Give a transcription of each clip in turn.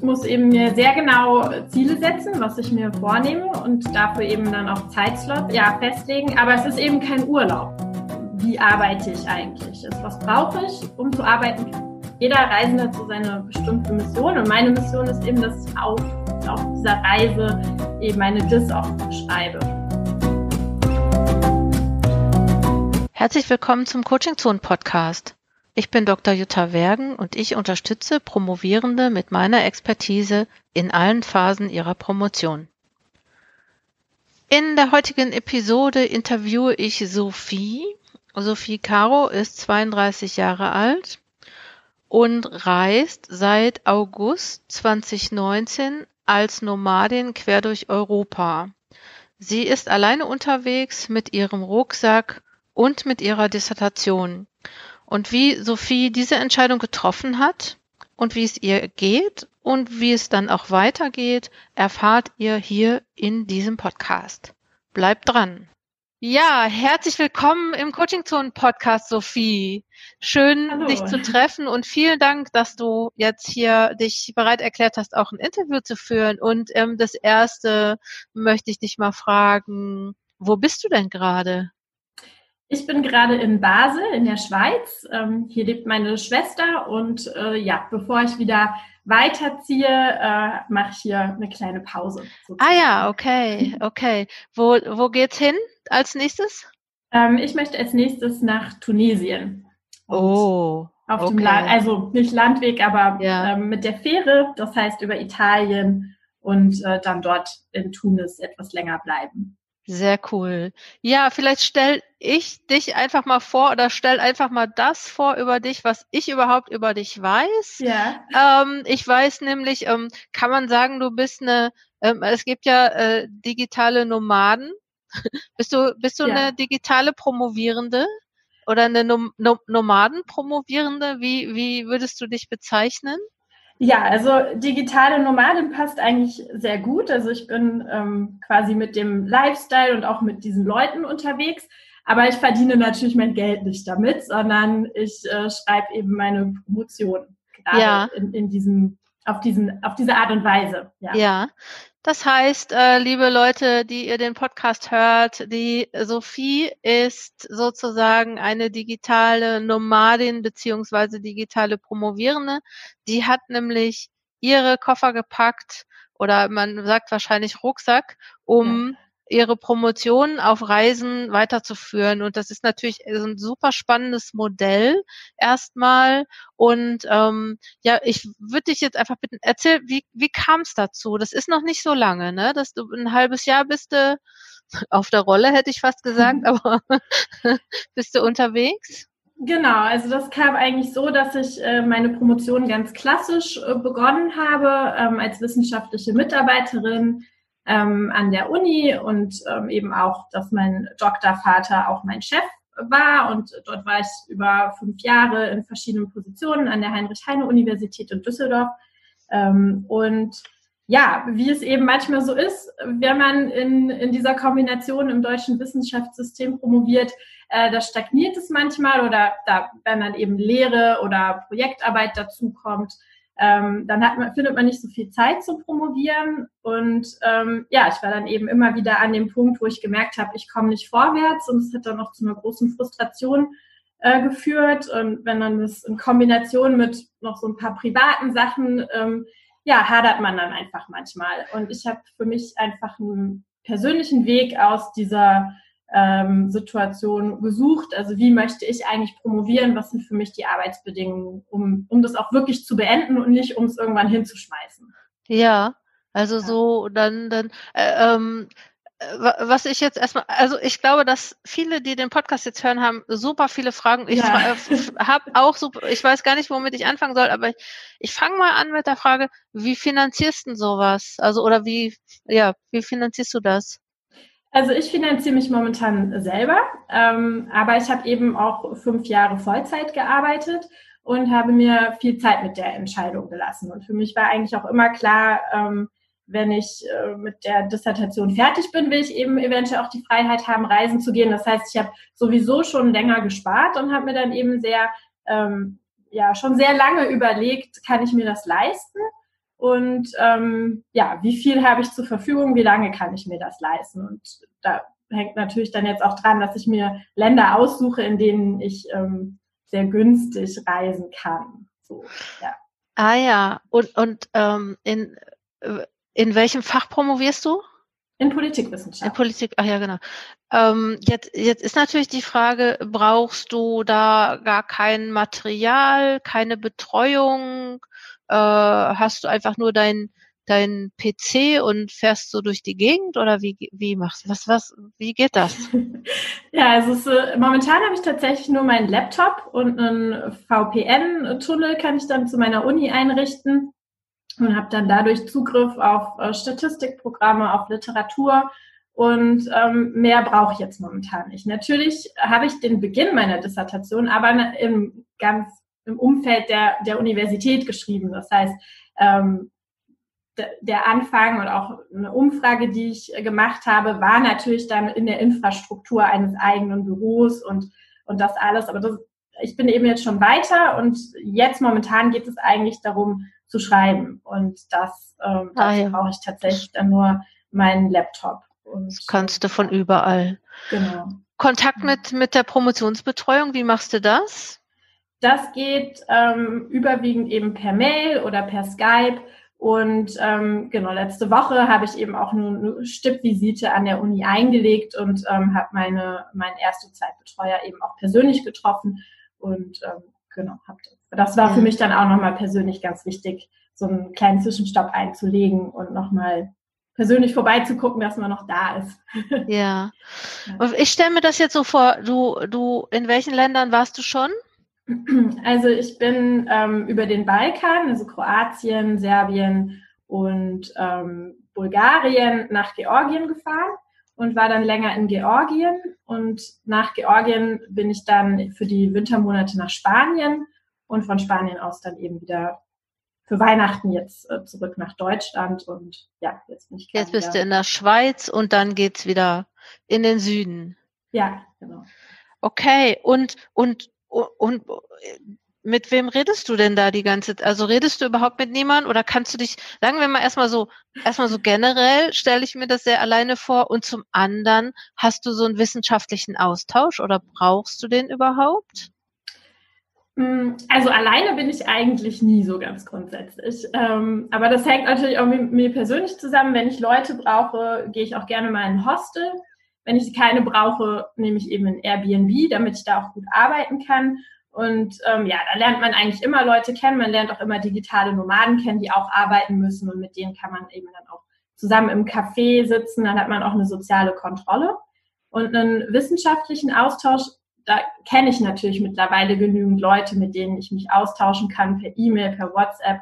muss eben mir sehr genau Ziele setzen, was ich mir vornehme und dafür eben dann auch Zeitslots festlegen. Aber es ist eben kein Urlaub. Wie arbeite ich eigentlich? Was brauche ich, um zu arbeiten? Jeder Reisende hat so seine bestimmte Mission und meine Mission ist eben, dass ich auf dieser Reise eben meine GIS auch schreibe. Herzlich willkommen zum Coaching Zone Podcast. Ich bin Dr. Jutta Wergen und ich unterstütze Promovierende mit meiner Expertise in allen Phasen ihrer Promotion. In der heutigen Episode interviewe ich Sophie. Sophie Caro ist 32 Jahre alt und reist seit August 2019 als Nomadin quer durch Europa. Sie ist alleine unterwegs mit ihrem Rucksack und mit ihrer Dissertation. Und wie Sophie diese Entscheidung getroffen hat und wie es ihr geht und wie es dann auch weitergeht, erfahrt ihr hier in diesem Podcast. Bleibt dran. Ja, herzlich willkommen im Coaching Zone Podcast, Sophie. Schön, Hallo. Dich zu treffen und vielen Dank, dass du jetzt hier dich bereit erklärt hast, auch ein Interview zu führen. Und das erste möchte ich dich mal fragen, wo bist du denn gerade? Ich bin gerade in Basel in der Schweiz. Hier lebt meine Schwester und bevor ich wieder weiterziehe, mache ich hier eine kleine Pause. Sozusagen. Ah ja, okay. Wo geht's hin als nächstes? Ich möchte als nächstes nach Tunesien. Und auf dem also nicht Landweg, aber mit der Fähre, das heißt über Italien und dann dort in Tunis etwas länger bleiben. Sehr cool. Ja, vielleicht stell ich dich einfach mal vor oder stell einfach mal das vor über dich, was ich überhaupt über dich weiß. Ja. Ich weiß nämlich, kann man sagen, du bist es gibt ja digitale Nomaden. Bist du eine digitale Promovierende oder eine Nomadenpromovierende? Wie würdest du dich bezeichnen? Ja, also digitale Nomadin passt eigentlich sehr gut. Also ich bin quasi mit dem Lifestyle und auch mit diesen Leuten unterwegs. Aber ich verdiene natürlich mein Geld nicht damit, sondern ich schreibe eben meine Promotion gerade auf diese Art und Weise. Ja. Das heißt, liebe Leute, die ihr den Podcast hört, die Sophie ist sozusagen eine digitale Nomadin beziehungsweise digitale Promovierende. Die hat nämlich ihre Koffer gepackt oder man sagt wahrscheinlich Rucksack, um ihre Promotion auf Reisen weiterzuführen. Und das ist natürlich ein super spannendes Modell erstmal. Und ich würde dich jetzt einfach bitten, erzähl, wie kam es dazu? Das ist noch nicht so lange, ne? Dass du ein halbes Jahr bist du auf der Rolle, hätte ich fast gesagt, aber bist du unterwegs? Genau, also das kam eigentlich so, dass ich meine Promotion ganz klassisch begonnen habe als wissenschaftliche Mitarbeiterin an der Uni und eben auch, dass mein Doktorvater auch mein Chef war und dort war ich über 5 Jahre in verschiedenen Positionen an der Heinrich-Heine-Universität in Düsseldorf und ja, wie es eben manchmal so ist, wenn man in dieser Kombination im deutschen Wissenschaftssystem promoviert, da stagniert es manchmal oder wenn dann eben Lehre oder Projektarbeit dazu kommt, dann findet man nicht so viel Zeit zum Promovieren und ich war dann eben immer wieder an dem Punkt, wo ich gemerkt habe, ich komme nicht vorwärts und es hat dann auch zu einer großen Frustration geführt und wenn dann das in Kombination mit noch so ein paar privaten Sachen, hadert man dann einfach manchmal und ich habe für mich einfach einen persönlichen Weg aus dieser Situation gesucht. Also wie möchte ich eigentlich promovieren? Was sind für mich die Arbeitsbedingungen, um das auch wirklich zu beenden und nicht, um es irgendwann hinzuschmeißen? Ja, also so was ich jetzt erstmal, also ich glaube, dass viele, die den Podcast jetzt hören, haben super viele Fragen. Ich habe auch super, ich weiß gar nicht, womit ich anfangen soll, aber ich fange mal an mit der Frage, wie finanzierst du denn sowas? Also oder wie finanzierst du das? Also ich finanziere mich momentan selber, aber ich habe eben auch 5 Jahre Vollzeit gearbeitet und habe mir viel Zeit mit der Entscheidung gelassen. Und für mich war eigentlich auch immer klar, wenn ich mit der Dissertation fertig bin, will ich eben eventuell auch die Freiheit haben, reisen zu gehen. Das heißt, ich habe sowieso schon länger gespart und habe mir dann eben schon sehr lange überlegt, kann ich mir das leisten? und wie viel habe ich zur Verfügung, wie lange kann ich mir das leisten? Und da hängt natürlich dann jetzt auch dran, dass ich mir Länder aussuche, in denen ich sehr günstig reisen kann. So, ja. Ah ja, und in welchem Fach promovierst du? In Politikwissenschaft. In Politik, ach ja, genau. Jetzt ist natürlich die Frage, brauchst du da gar kein Material, keine Betreuung? Hast du einfach nur dein PC und fährst so durch die Gegend oder wie machst du wie geht das? Ja, also momentan habe ich tatsächlich nur meinen Laptop und einen VPN-Tunnel kann ich dann zu meiner Uni einrichten und habe dann dadurch Zugriff auf Statistikprogramme, auf Literatur und mehr brauche ich jetzt momentan nicht. Natürlich habe ich den Beginn meiner Dissertation aber im Umfeld der Universität geschrieben. Das heißt, der Anfang und auch eine Umfrage, die ich gemacht habe, war natürlich dann in der Infrastruktur eines eigenen Büros und das alles. Aber ich bin eben jetzt schon weiter und jetzt momentan geht es eigentlich darum zu schreiben. Und dazu brauche ich tatsächlich dann nur meinen Laptop. Und das kannst du von überall. Genau. Kontakt mit der Promotionsbetreuung, wie machst du das? Das geht überwiegend eben per Mail oder per Skype. Und letzte Woche habe ich eben auch eine Stippvisite an der Uni eingelegt und habe meinen Erste-Zeitbetreuer eben auch persönlich getroffen und das war für mich dann auch nochmal persönlich ganz wichtig, so einen kleinen Zwischenstopp einzulegen und nochmal persönlich vorbeizugucken, dass man noch da ist. Ja. Und ich stelle mir das jetzt so vor, du in welchen Ländern warst du schon? Also ich bin über den Balkan, also Kroatien, Serbien und Bulgarien nach Georgien gefahren und war dann länger in Georgien. Und nach Georgien bin ich dann für die Wintermonate nach Spanien und von Spanien aus dann eben wieder für Weihnachten jetzt zurück nach Deutschland. Und ja, jetzt bin ich Jetzt bist du in der Schweiz und dann geht's wieder in den Süden. Ja, genau. Okay, und mit wem redest du denn da die ganze Zeit? Also redest du überhaupt mit niemandem oder kannst du dich, sagen wir mal erstmal so generell stelle ich mir das sehr alleine vor und zum anderen hast du so einen wissenschaftlichen Austausch oder brauchst du den überhaupt? Also alleine bin ich eigentlich nie so ganz grundsätzlich. Aber das hängt natürlich auch mit mir persönlich zusammen. Wenn ich Leute brauche, gehe ich auch gerne mal in ein Hostel. Wenn ich keine brauche, nehme ich eben ein Airbnb, damit ich da auch gut arbeiten kann. Und da lernt man eigentlich immer Leute kennen. Man lernt auch immer digitale Nomaden kennen, die auch arbeiten müssen. Und mit denen kann man eben dann auch zusammen im Café sitzen. Dann hat man auch eine soziale Kontrolle. Und einen wissenschaftlichen Austausch, da kenne ich natürlich mittlerweile genügend Leute, mit denen ich mich austauschen kann, per E-Mail, per WhatsApp.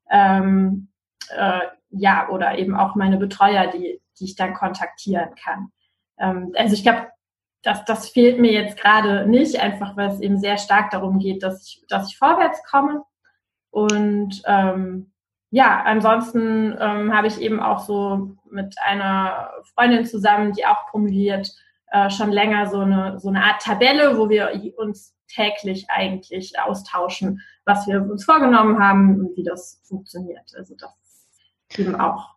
Oder eben auch meine Betreuer, die ich dann kontaktieren kann. Also ich glaube, das fehlt mir jetzt gerade nicht, einfach weil es eben sehr stark darum geht, dass ich vorwärts komme. Und ansonsten habe ich eben auch so mit einer Freundin zusammen, die auch promoviert, schon länger so eine Art Tabelle, wo wir uns täglich eigentlich austauschen, was wir uns vorgenommen haben und wie das funktioniert. Also das ist eben auch.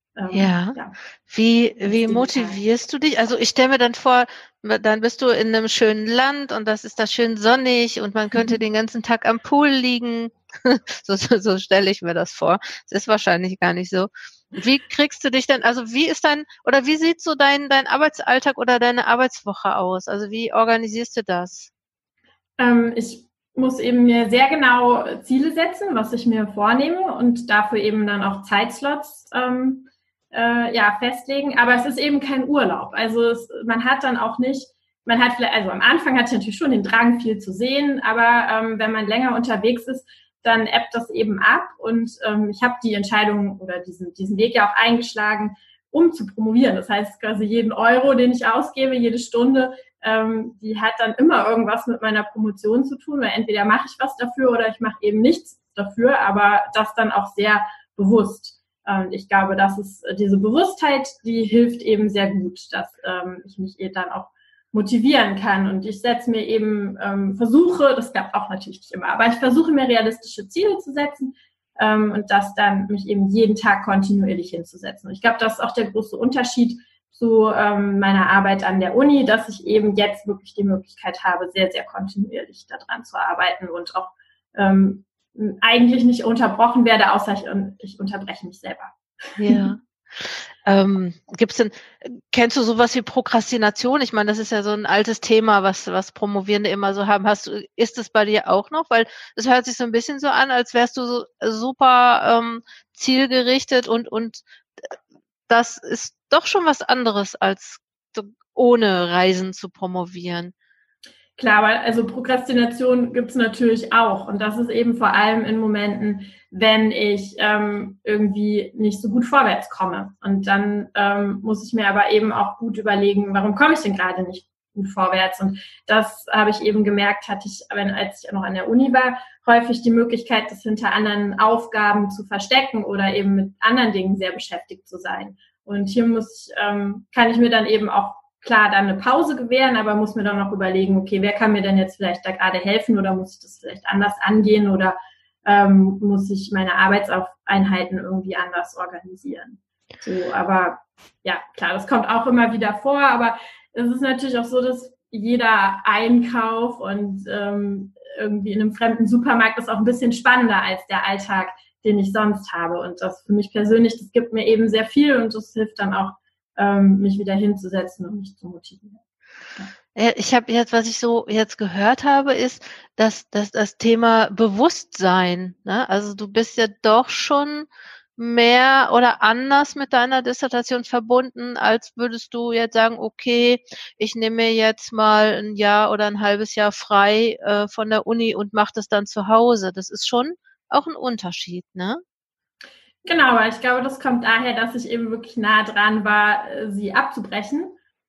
Wie motivierst du dich? Also ich stelle mir dann vor, dann bist du in einem schönen Land und das ist da schön sonnig und man könnte den ganzen Tag am Pool liegen. so stelle ich mir das vor. Es ist wahrscheinlich gar nicht so. Wie kriegst du dich denn, also wie sieht so dein Arbeitsalltag oder deine Arbeitswoche aus? Also wie organisierst du das? Ich muss eben mir sehr genau Ziele setzen, was ich mir vornehme und dafür eben dann auch Zeitslots festlegen. Aber es ist eben kein Urlaub. Also man hat dann auch nicht, am Anfang hatte ich natürlich schon den Drang, viel zu sehen, aber wenn man länger unterwegs ist, dann ebbt das eben ab und ich habe die Entscheidung oder diesen Weg ja auch eingeschlagen, um zu promovieren. Das heißt, quasi jeden Euro, den ich ausgebe, jede Stunde, die hat dann immer irgendwas mit meiner Promotion zu tun, weil entweder mache ich was dafür oder ich mache eben nichts dafür, aber das dann auch sehr bewusst. Ich glaube, das ist diese Bewusstheit, die hilft eben sehr gut, dass ich mich dann auch motivieren kann. Und ich setze mir eben, das klappt auch natürlich nicht immer, aber ich versuche mir realistische Ziele zu setzen, und das dann mich eben jeden Tag kontinuierlich hinzusetzen. Und ich glaube, das ist auch der große Unterschied zu meiner Arbeit an der Uni, dass ich eben jetzt wirklich die Möglichkeit habe, sehr, sehr kontinuierlich daran zu arbeiten und auch eigentlich nicht unterbrochen werde, außer ich unterbreche mich selber. Ja. Kennst du sowas wie Prokrastination? Ich meine, das ist ja so ein altes Thema, was Promovierende immer so haben. Ist es bei dir auch noch? Weil es hört sich so ein bisschen so an, als wärst du so super zielgerichtet und das ist doch schon was anderes, als ohne Reisen zu promovieren. Klar, aber also Prokrastination gibt's natürlich auch. Und das ist eben vor allem in Momenten, wenn ich irgendwie nicht so gut vorwärts komme. Und dann muss ich mir aber eben auch gut überlegen, warum komme ich denn gerade nicht gut vorwärts? Und das habe ich eben gemerkt, hatte ich, als ich noch an der Uni war, häufig die Möglichkeit, das hinter anderen Aufgaben zu verstecken oder eben mit anderen Dingen sehr beschäftigt zu sein. Und hier kann ich mir dann eben auch klar dann eine Pause gewähren, aber muss mir dann noch überlegen, okay, wer kann mir denn jetzt vielleicht da gerade helfen oder muss ich das vielleicht anders angehen oder muss ich meine Arbeitseinheiten irgendwie anders organisieren. So, aber ja, klar, das kommt auch immer wieder vor, aber es ist natürlich auch so, dass jeder Einkauf und irgendwie in einem fremden Supermarkt ist auch ein bisschen spannender als der Alltag, den ich sonst habe. Und das für mich persönlich, das gibt mir eben sehr viel und das hilft dann auch, mich wieder hinzusetzen und mich zu motivieren. Ja. Ich habe jetzt, was ich so jetzt gehört habe, ist, dass das Thema Bewusstsein, ne? Also du bist ja doch schon mehr oder anders mit deiner Dissertation verbunden, als würdest du jetzt sagen, okay, ich nehme mir jetzt mal ein Jahr oder ein halbes Jahr frei von der Uni und mache das dann zu Hause. Das ist schon auch ein Unterschied, ne? Genau, aber ich glaube, das kommt daher, dass ich eben wirklich nah dran war, sie abzubrechen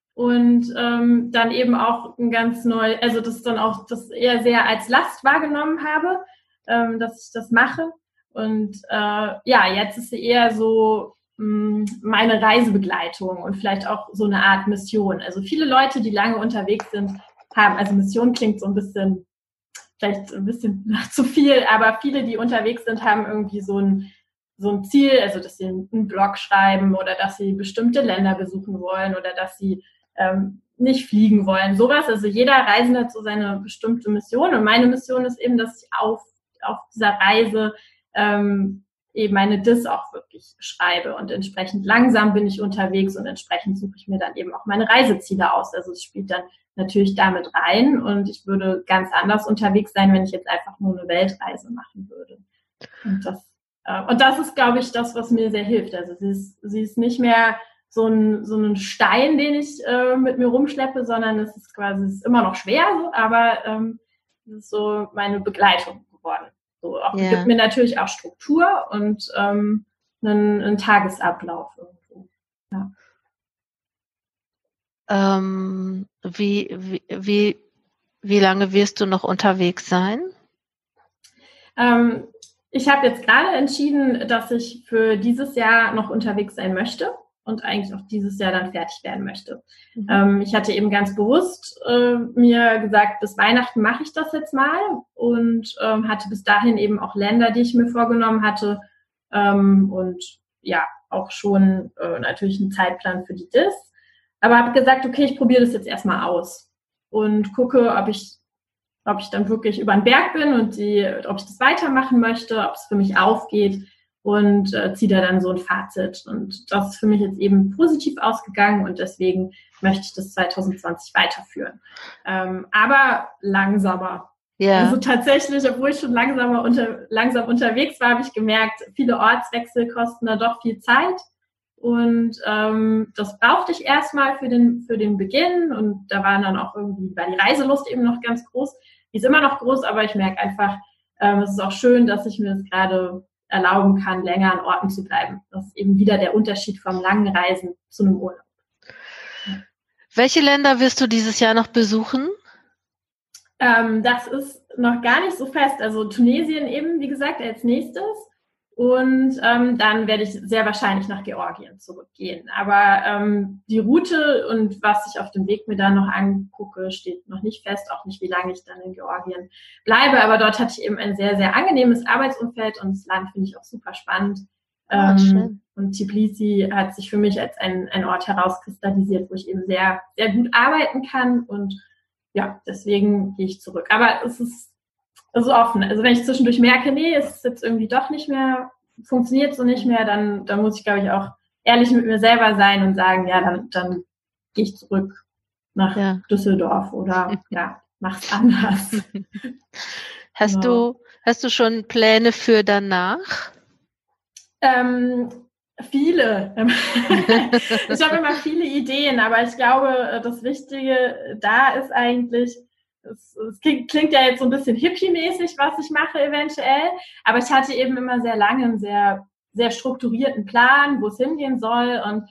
und dann eben auch ein ganz neu, also das dann auch das eher sehr als Last wahrgenommen habe, dass ich das mache. Und jetzt ist sie eher so meine Reisebegleitung und vielleicht auch so eine Art Mission. Also viele Leute, die lange unterwegs sind, also Mission klingt so vielleicht ein bisschen zu viel, aber viele, die unterwegs sind, haben irgendwie so ein Ziel, also dass sie einen Blog schreiben oder dass sie bestimmte Länder besuchen wollen oder dass sie nicht fliegen wollen, sowas. Also jeder Reisende hat so seine bestimmte Mission und meine Mission ist eben, dass ich auf dieser Reise eben meine Diss auch wirklich schreibe und entsprechend langsam bin ich unterwegs und entsprechend suche ich mir dann eben auch meine Reiseziele aus. Also es spielt dann natürlich damit rein und ich würde ganz anders unterwegs sein, wenn ich jetzt einfach nur eine Weltreise machen würde. Und das ist, glaube ich, das, was mir sehr hilft. Also sie ist nicht mehr so ein Stein, den ich mit mir rumschleppe, sondern es ist immer noch schwer, aber es ist so meine Begleitung geworden. So, gibt mir natürlich auch Struktur und einen Tagesablauf irgendwo. Ja. Wie lange wirst du noch unterwegs sein? Ich habe jetzt gerade entschieden, dass ich für dieses Jahr noch unterwegs sein möchte und eigentlich auch dieses Jahr dann fertig werden möchte. Mhm. Ich hatte eben ganz bewusst mir gesagt, bis Weihnachten mache ich das jetzt mal und hatte bis dahin eben auch Länder, die ich mir vorgenommen hatte und ja, auch schon natürlich einen Zeitplan für die DIS. Aber habe gesagt, okay, ich probiere das jetzt erstmal aus und gucke, ob ich dann wirklich über den Berg bin und ob ich das weitermachen möchte, ob es für mich aufgeht und ziehe da dann so ein Fazit. Und das ist für mich jetzt eben positiv ausgegangen und deswegen möchte ich das 2020 weiterführen. Aber langsamer. Yeah. Also tatsächlich, obwohl ich schon langsam unterwegs war, habe ich gemerkt, viele Ortswechsel kosten da doch viel Zeit. Und das brauchte ich erstmal für den Beginn und da war die Reiselust eben noch ganz groß. Die ist immer noch groß, aber ich merke einfach, es ist auch schön, dass ich mir das gerade erlauben kann, länger an Orten zu bleiben. Das ist eben wieder der Unterschied vom langen Reisen zu einem Urlaub. Welche Länder wirst du dieses Jahr noch besuchen? Das ist noch gar nicht so fest. Also Tunesien eben, wie gesagt, als nächstes. Und dann werde ich sehr wahrscheinlich nach Georgien zurückgehen. Aber die Route und was ich auf dem Weg mir dann noch angucke, steht noch nicht fest, auch nicht, wie lange ich dann in Georgien bleibe. Aber dort hatte ich eben ein sehr, sehr angenehmes Arbeitsumfeld und das Land finde ich auch super spannend. Und Tbilisi hat sich für mich als ein Ort herauskristallisiert, wo ich eben sehr, sehr gut arbeiten kann. Und ja, deswegen gehe ich zurück. Aber es ist so offen. Also wenn ich zwischendurch merke, nee, es ist jetzt irgendwie doch nicht mehr, funktioniert so nicht mehr, dann muss ich, glaube ich, auch ehrlich mit mir selber sein und sagen, ja, dann gehe ich zurück nach Düsseldorf oder mach's anders. Hast du schon Pläne für danach? Viele. Ich habe immer viele Ideen, aber ich glaube, das Wichtige da ist eigentlich, es klingt ja jetzt so ein bisschen hippie-mäßig, was ich mache eventuell, aber ich hatte eben immer sehr lange einen sehr, sehr strukturierten Plan, wo es hingehen soll und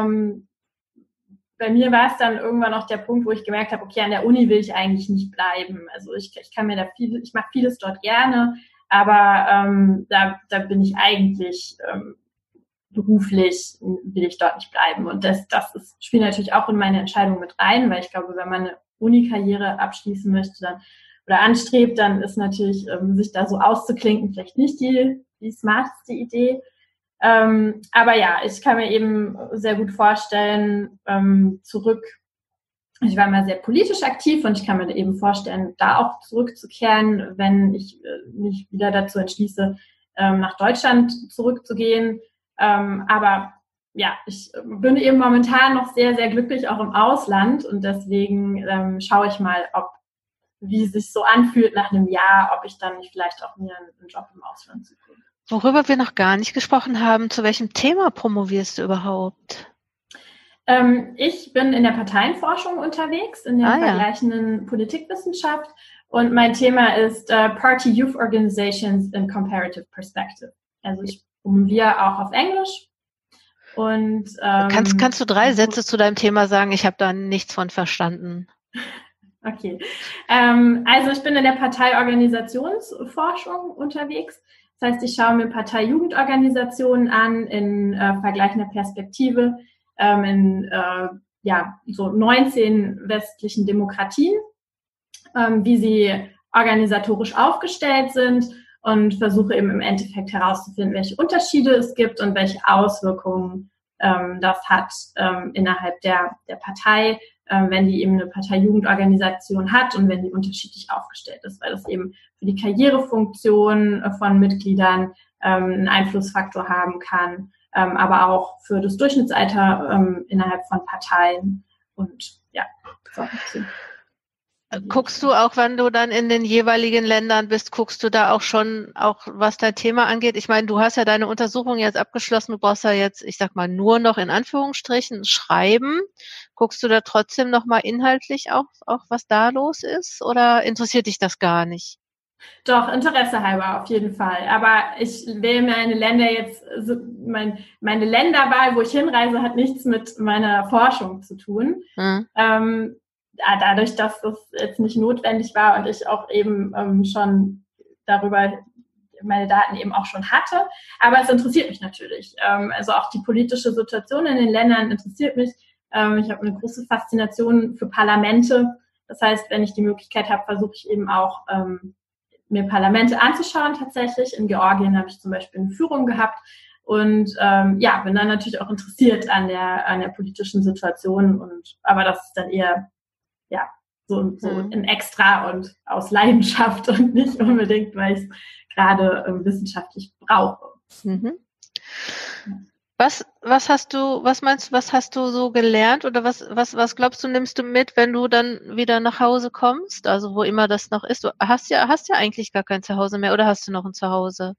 bei mir war es dann irgendwann auch der Punkt, wo ich gemerkt habe, okay, an der Uni will ich eigentlich nicht bleiben. Also ich mache vieles dort gerne, aber da bin ich eigentlich beruflich will ich dort nicht bleiben. Und das spielt natürlich auch in meine Entscheidung mit rein, weil ich glaube, wenn man eine Uni-Karriere abschließen möchte oder anstrebt, dann ist natürlich, sich da so auszuklinken, vielleicht nicht die smarteste Idee. Aber ja, ich kann mir eben sehr gut vorstellen, ich war immer sehr politisch aktiv und ich kann mir eben vorstellen, da auch zurückzukehren, wenn ich mich wieder dazu entschließe, nach Deutschland zurückzugehen. Aber ja, ich bin eben momentan noch sehr, sehr glücklich auch im Ausland und deswegen schaue ich mal, wie es sich so anfühlt nach einem Jahr, ob ich dann nicht vielleicht auch mir einen Job im Ausland suche. Worüber wir noch gar nicht gesprochen haben, zu welchem Thema promovierst du überhaupt? Ich bin in der Parteienforschung unterwegs, in der vergleichenden Politikwissenschaft und mein Thema ist Party Youth Organizations in Comparative Perspective. Also ich promoviere auch auf Englisch. Und kannst du 3 Sätze zu deinem Thema sagen? Ich habe da nichts von verstanden. Okay. Also ich bin in der Parteiorganisationsforschung unterwegs. Das heißt, ich schaue mir Partei-Jugendorganisationen an in vergleichender Perspektive in so 19 westlichen Demokratien, wie sie organisatorisch aufgestellt sind und versuche eben im Endeffekt herauszufinden, welche Unterschiede es gibt und welche Auswirkungen das hat innerhalb der Partei, wenn die eben eine Partei-Jugendorganisation hat und wenn die unterschiedlich aufgestellt ist, weil das eben für die Karrierefunktion von Mitgliedern einen Einflussfaktor haben kann, aber auch für das Durchschnittsalter innerhalb von Parteien und ja. So. Guckst du auch, wenn du dann in den jeweiligen Ländern bist, guckst du da auch schon, auch was dein Thema angeht? Ich meine, du hast ja deine Untersuchung jetzt abgeschlossen, du brauchst ja jetzt, ich sag mal, nur noch in Anführungsstrichen schreiben. Guckst du da trotzdem nochmal inhaltlich auch, was da los ist oder interessiert dich das gar nicht? Doch, Interesse halber auf jeden Fall. Aber ich wähle meine Länder jetzt, meine Länderwahl, wo ich hinreise, hat nichts mit meiner Forschung zu tun. Dadurch, dass das jetzt nicht notwendig war und ich auch eben schon darüber meine Daten eben auch schon hatte. Aber es interessiert mich natürlich. Also auch die politische Situation in den Ländern interessiert mich. Ich habe eine große Faszination für Parlamente. Das heißt, wenn ich die Möglichkeit habe, versuche ich eben auch mir Parlamente anzuschauen tatsächlich. In Georgien habe ich zum Beispiel eine Führung gehabt und bin dann natürlich auch interessiert an der politischen Situation. Aber das ist dann eher so ein Extra und aus Leidenschaft und nicht unbedingt, weil ich es gerade wissenschaftlich brauche. Mhm. Was hast du so gelernt oder was glaubst du, nimmst du mit, wenn du dann wieder nach Hause kommst? Also wo immer das noch ist. Du hast ja eigentlich gar kein Zuhause mehr oder hast du noch ein Zuhause?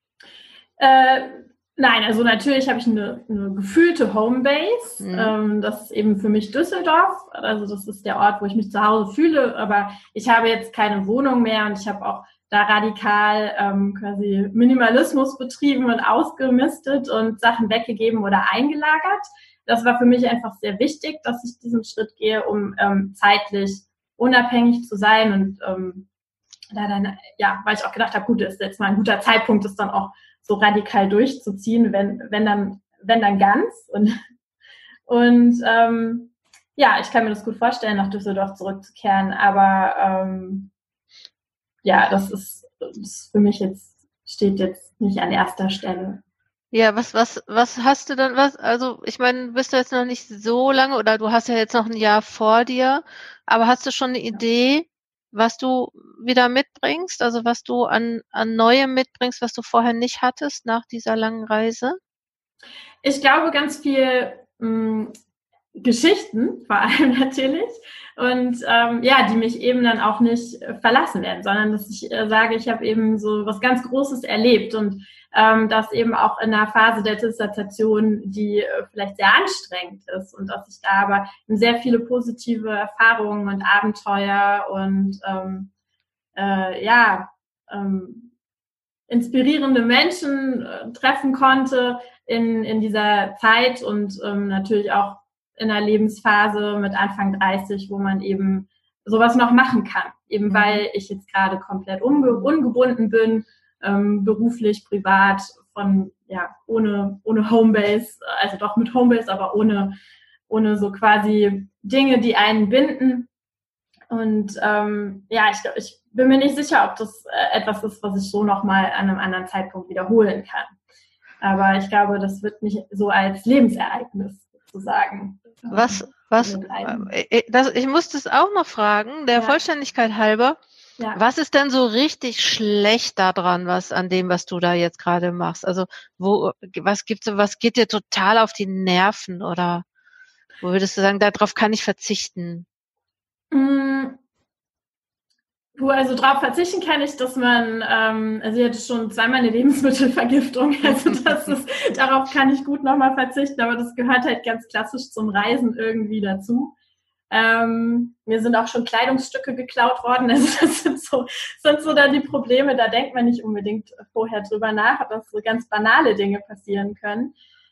Nein, also natürlich habe ich eine gefühlte Homebase. Das ist eben für mich Düsseldorf. Also das ist der Ort, wo ich mich zu Hause fühle. Aber ich habe jetzt keine Wohnung mehr und ich habe auch da radikal quasi Minimalismus betrieben und ausgemistet und Sachen weggegeben oder eingelagert. Das war für mich einfach sehr wichtig, dass ich diesen Schritt gehe, um zeitlich unabhängig zu sein. Und weil ich auch gedacht habe, gut, das ist jetzt mal ein guter Zeitpunkt, das dann auch so radikal durchzuziehen, wenn dann ganz. Und ja, ich kann mir das gut vorstellen, nach Düsseldorf zurückzukehren, aber ja, das für mich steht jetzt nicht an erster Stelle. Ja, was hast du dann, also ich meine, du bist ja jetzt noch nicht so lange oder du hast ja jetzt noch ein Jahr vor dir, aber hast du schon eine Idee, was du wieder mitbringst, also was du an Neuem mitbringst, was du vorher nicht hattest nach dieser langen Reise? Ich glaube, ganz viel Geschichten vor allem natürlich und ja, die mich eben dann auch nicht verlassen werden, sondern dass ich sage, ich habe eben so was ganz Großes erlebt und das eben auch in einer Phase der Dissertation, die vielleicht sehr anstrengend ist und dass ich da aber sehr viele positive Erfahrungen und Abenteuer und ja, inspirierende Menschen treffen konnte in dieser Zeit und natürlich auch in einer Lebensphase mit Anfang 30, wo man eben sowas noch machen kann. Eben weil ich jetzt gerade komplett ungebunden bin, beruflich, privat, ohne Homebase, also doch mit Homebase, aber ohne so quasi Dinge, die einen binden. Und ja, ich bin mir nicht sicher, ob das etwas ist, was ich so nochmal an einem anderen Zeitpunkt wiederholen kann. Aber ich glaube, das wird nicht so als Lebensereignis sozusagen. Ich muss das auch noch fragen, der Vollständigkeit halber. Ja. Was ist denn so richtig schlecht daran, an dem, was du da jetzt gerade machst? Also, was geht dir total auf die Nerven oder wo würdest du sagen, darauf kann ich verzichten? Also drauf verzichten kann ich, dass man, also ich hatte schon zweimal eine Lebensmittelvergiftung, also darauf kann ich gut nochmal verzichten, aber das gehört halt ganz klassisch zum Reisen irgendwie dazu. Mir sind auch schon Kleidungsstücke geklaut worden, also das sind so dann die Probleme, da denkt man nicht unbedingt vorher drüber nach, dass so ganz banale Dinge passieren können.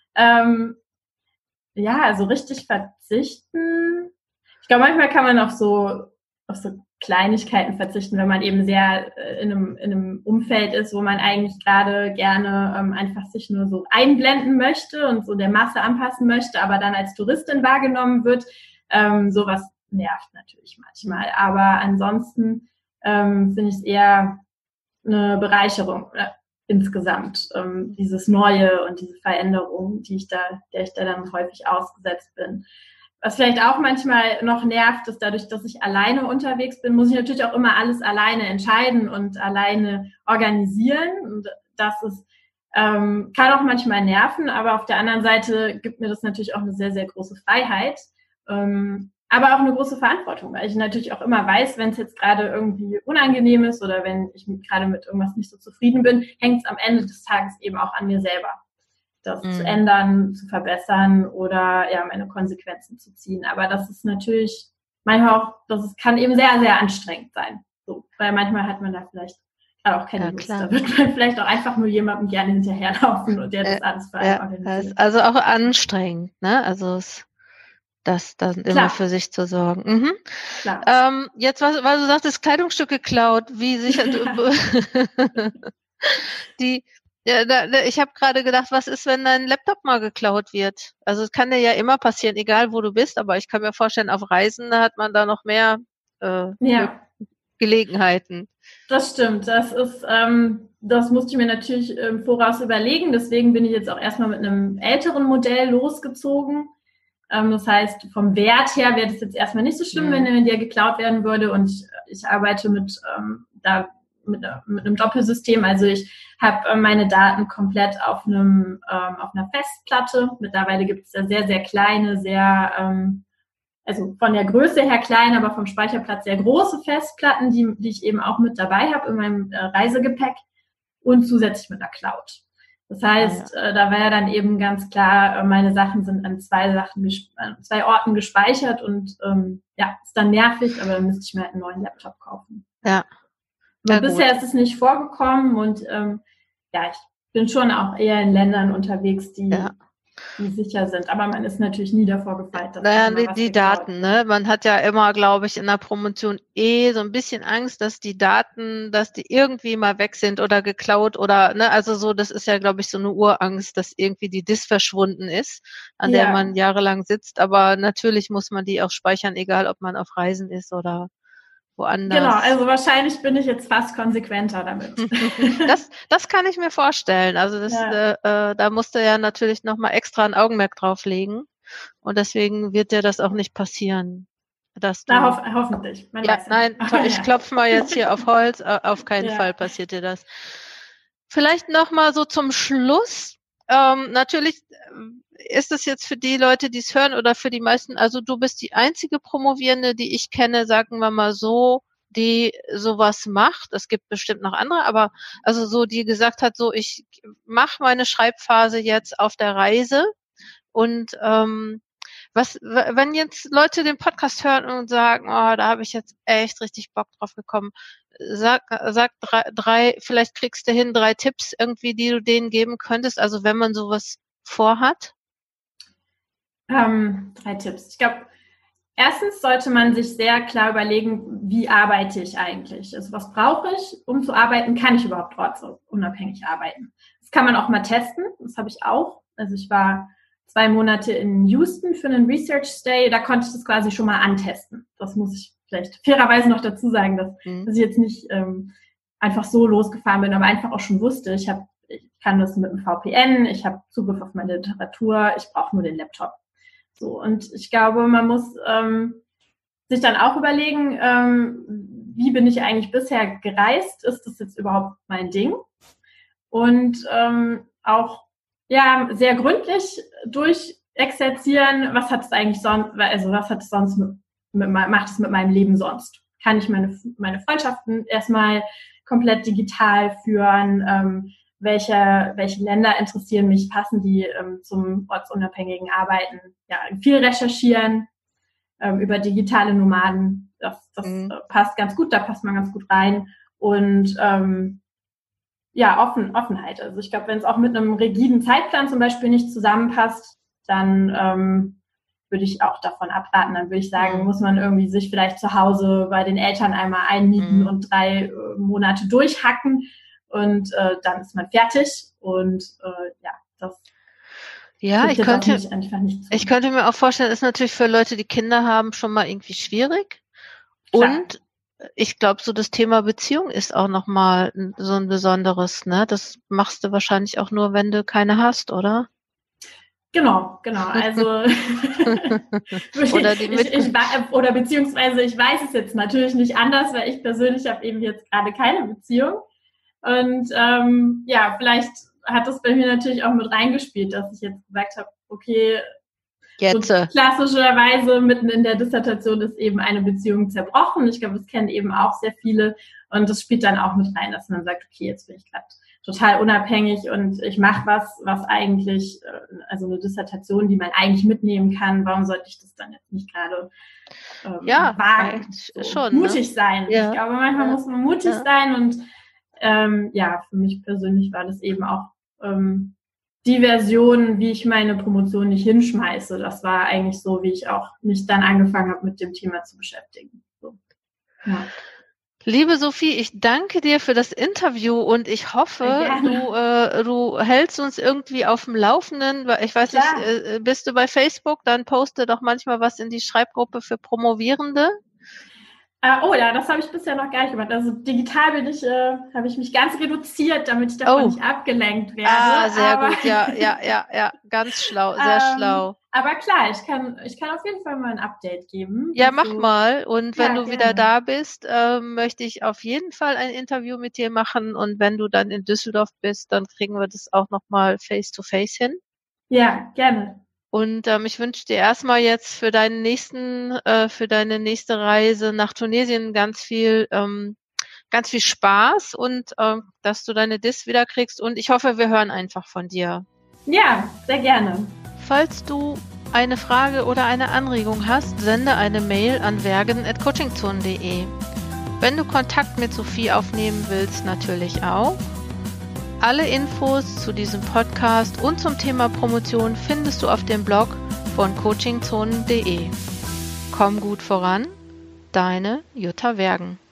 Ja, also richtig verzichten. Ich glaube, manchmal kann man auf so Kleinigkeiten verzichten, wenn man eben sehr in einem Umfeld ist, wo man eigentlich gerade gerne einfach sich nur so einblenden möchte und so der Masse anpassen möchte, aber dann als Touristin wahrgenommen wird. Sowas nervt natürlich manchmal, aber ansonsten finde ich es eher eine Bereicherung insgesamt, dieses Neue und diese Veränderung, der ich da dann häufig ausgesetzt bin. Was vielleicht auch manchmal noch nervt, ist dadurch, dass ich alleine unterwegs bin, muss ich natürlich auch immer alles alleine entscheiden und alleine organisieren. Und das kann auch manchmal nerven, aber auf der anderen Seite gibt mir das natürlich auch eine sehr, sehr große Freiheit, aber auch eine große Verantwortung, weil ich natürlich auch immer weiß, wenn es jetzt gerade irgendwie unangenehm ist oder wenn ich gerade mit irgendwas nicht so zufrieden bin, hängt es am Ende des Tages eben auch an mir selber, das zu ändern, zu verbessern oder ja meine Konsequenzen zu ziehen. Aber das ist natürlich manchmal auch, kann eben sehr, sehr anstrengend sein. So, weil manchmal hat man da vielleicht auch keine Lust. Da wird man vielleicht auch einfach nur jemandem gerne hinterherlaufen und der das alles für einen organisiert. Also auch anstrengend, ne? Also das dann immer für sich zu sorgen. Jetzt, weil du sagtest, Kleidungsstück geklaut, wie sicher ich habe gerade gedacht, was ist, wenn dein Laptop mal geklaut wird? Also es kann dir ja immer passieren, egal wo du bist, aber ich kann mir vorstellen, auf Reisen hat man da noch mehr Gelegenheiten. Das stimmt, das musste ich mir natürlich im Voraus überlegen, deswegen bin ich jetzt auch erstmal mit einem älteren Modell losgezogen. Das heißt, vom Wert her wäre das jetzt erstmal nicht so schlimm, wenn der geklaut werden würde. Und ich arbeite mit einem Doppelsystem. Also ich habe meine Daten komplett auf einer Festplatte. Mittlerweile gibt es da sehr, sehr kleine, also von der Größe her klein, aber vom Speicherplatz sehr große Festplatten, die ich eben auch mit dabei habe in meinem Reisegepäck und zusätzlich mit einer Cloud. Das heißt, da wäre dann eben ganz klar, meine Sachen sind an zwei Orten gespeichert und ist dann nervig, aber dann müsste ich mir halt einen neuen Laptop kaufen. Ja. Bisher ist es nicht vorgekommen und ich bin schon auch eher in Ländern unterwegs, die die sicher sind. Aber man ist natürlich nie davor gefeit, dass die Daten, ne? Man hat ja immer, glaube ich, in der Promotion so ein bisschen Angst, dass die Daten, dass die irgendwie mal weg sind oder geklaut oder, ne? Also so, das ist ja, glaube ich, so eine Urangst, dass irgendwie die DIS verschwunden ist, an der man jahrelang sitzt. Aber natürlich muss man die auch speichern, egal ob man auf Reisen ist oder woanders. Genau, also wahrscheinlich bin ich jetzt fast konsequenter damit. Das kann ich mir vorstellen. Also da musst du ja natürlich nochmal extra ein Augenmerk drauf legen. Und deswegen wird dir das auch nicht passieren. Hoffentlich. Ich klopfe mal jetzt hier auf Holz. Auf keinen Fall passiert dir das. Vielleicht nochmal so zum Schluss. Natürlich ist es jetzt für die Leute, die es hören oder für die meisten, also du bist die einzige Promovierende, die ich kenne, sagen wir mal so, die sowas macht. Es gibt bestimmt noch andere, aber also so, die gesagt hat, so ich mache meine Schreibphase jetzt auf der Reise und wenn jetzt Leute den Podcast hören und sagen, oh, da habe ich jetzt echt richtig Bock drauf bekommen, sag drei, vielleicht kriegst du hin 3 Tipps irgendwie, die du denen geben könntest, also wenn man sowas vorhat? 3 Tipps. Ich glaube, erstens sollte man sich sehr klar überlegen, wie arbeite ich eigentlich? Also was brauche ich, um zu arbeiten? Kann ich überhaupt ortsunabhängig arbeiten? Das kann man auch mal testen. Das habe ich auch. Also ich war 2 Monate in Houston für einen Research Stay. Da konnte ich das quasi schon mal antesten. Das muss ich vielleicht fairerweise noch dazu sagen, dass ich jetzt nicht einfach so losgefahren bin, aber einfach auch schon wusste, ich kann das mit einem VPN, ich habe Zugriff auf meine Literatur, ich brauche nur den Laptop. So, und ich glaube, man muss sich dann auch überlegen, wie bin ich eigentlich bisher gereist? Ist das jetzt überhaupt mein Ding? Und auch sehr gründlich durchexerzieren, was hat es eigentlich sonst, also was hat es sonst macht es mit meinem Leben sonst? Kann ich meine Freundschaften erstmal komplett digital führen? Welche Länder interessieren mich, passen die zum ortsunabhängigen Arbeiten? Ja, viel recherchieren über digitale Nomaden. Das passt ganz gut, da passt man ganz gut rein. Und Offenheit. Also ich glaube, wenn es auch mit einem rigiden Zeitplan zum Beispiel nicht zusammenpasst, dann würde ich auch davon abraten. Dann würde ich sagen, muss man irgendwie sich vielleicht zu Hause bei den Eltern einmal einmieten und 3 Monate durchhacken. Und dann ist man fertig und das ich könnte mir auch vorstellen, ist natürlich für Leute, die Kinder haben, schon mal irgendwie schwierig. Klar. Und ich glaube, so das Thema Beziehung ist auch nochmal so ein besonderes, ne? Das machst du wahrscheinlich auch nur, wenn du keine hast, oder? Genau. Also oder beziehungsweise ich weiß es jetzt natürlich nicht anders, weil ich persönlich habe eben jetzt gerade keine Beziehung. Und vielleicht hat das bei mir natürlich auch mit reingespielt, dass ich jetzt gesagt habe, okay, jetzt. So klassischerweise mitten in der Dissertation ist eben eine Beziehung zerbrochen. Ich glaube, das kennen eben auch sehr viele. Und das spielt dann auch mit rein, dass man sagt, okay, jetzt bin ich gerade total unabhängig und ich mache was eigentlich, also eine Dissertation, die man eigentlich mitnehmen kann. Warum sollte ich das dann jetzt nicht gerade wagen? Schon, mutig sein. Ja. Ich glaube, manchmal muss man mutig sein und für mich persönlich war das eben auch die Version, wie ich meine Promotion nicht hinschmeiße. Das war eigentlich so, wie ich auch mich dann angefangen habe, mit dem Thema zu beschäftigen. So. Ja. Liebe Sophie, ich danke dir für das Interview und ich hoffe, du hältst uns irgendwie auf dem Laufenden. Ich weiß nicht, bist du bei Facebook? Dann poste doch manchmal was in die Schreibgruppe für Promovierende. Das habe ich bisher noch gar nicht gemacht. Also digital habe ich mich ganz reduziert, damit ich davon nicht abgelenkt werde. Sehr gut. Ja, ganz schlau, sehr schlau. Aber klar, ich kann auf jeden Fall mal ein Update geben. Ja, mach mal. Und wenn du wieder da bist, möchte ich auf jeden Fall ein Interview mit dir machen. Und wenn du dann in Düsseldorf bist, dann kriegen wir das auch nochmal face-to-face hin. Ja, gerne. Und ich wünsche dir erstmal jetzt für deine nächste Reise nach Tunesien ganz viel Spaß und dass du deine DIS wieder kriegst. Und ich hoffe, wir hören einfach von dir. Ja, sehr gerne. Falls du eine Frage oder eine Anregung hast, sende eine Mail an vergen@coachingzone.de. Wenn du Kontakt mit Sophie aufnehmen willst, natürlich auch. Alle Infos zu diesem Podcast und zum Thema Promotion findest du auf dem Blog von coachingzonen.de. Komm gut voran, deine Jutta Wergen.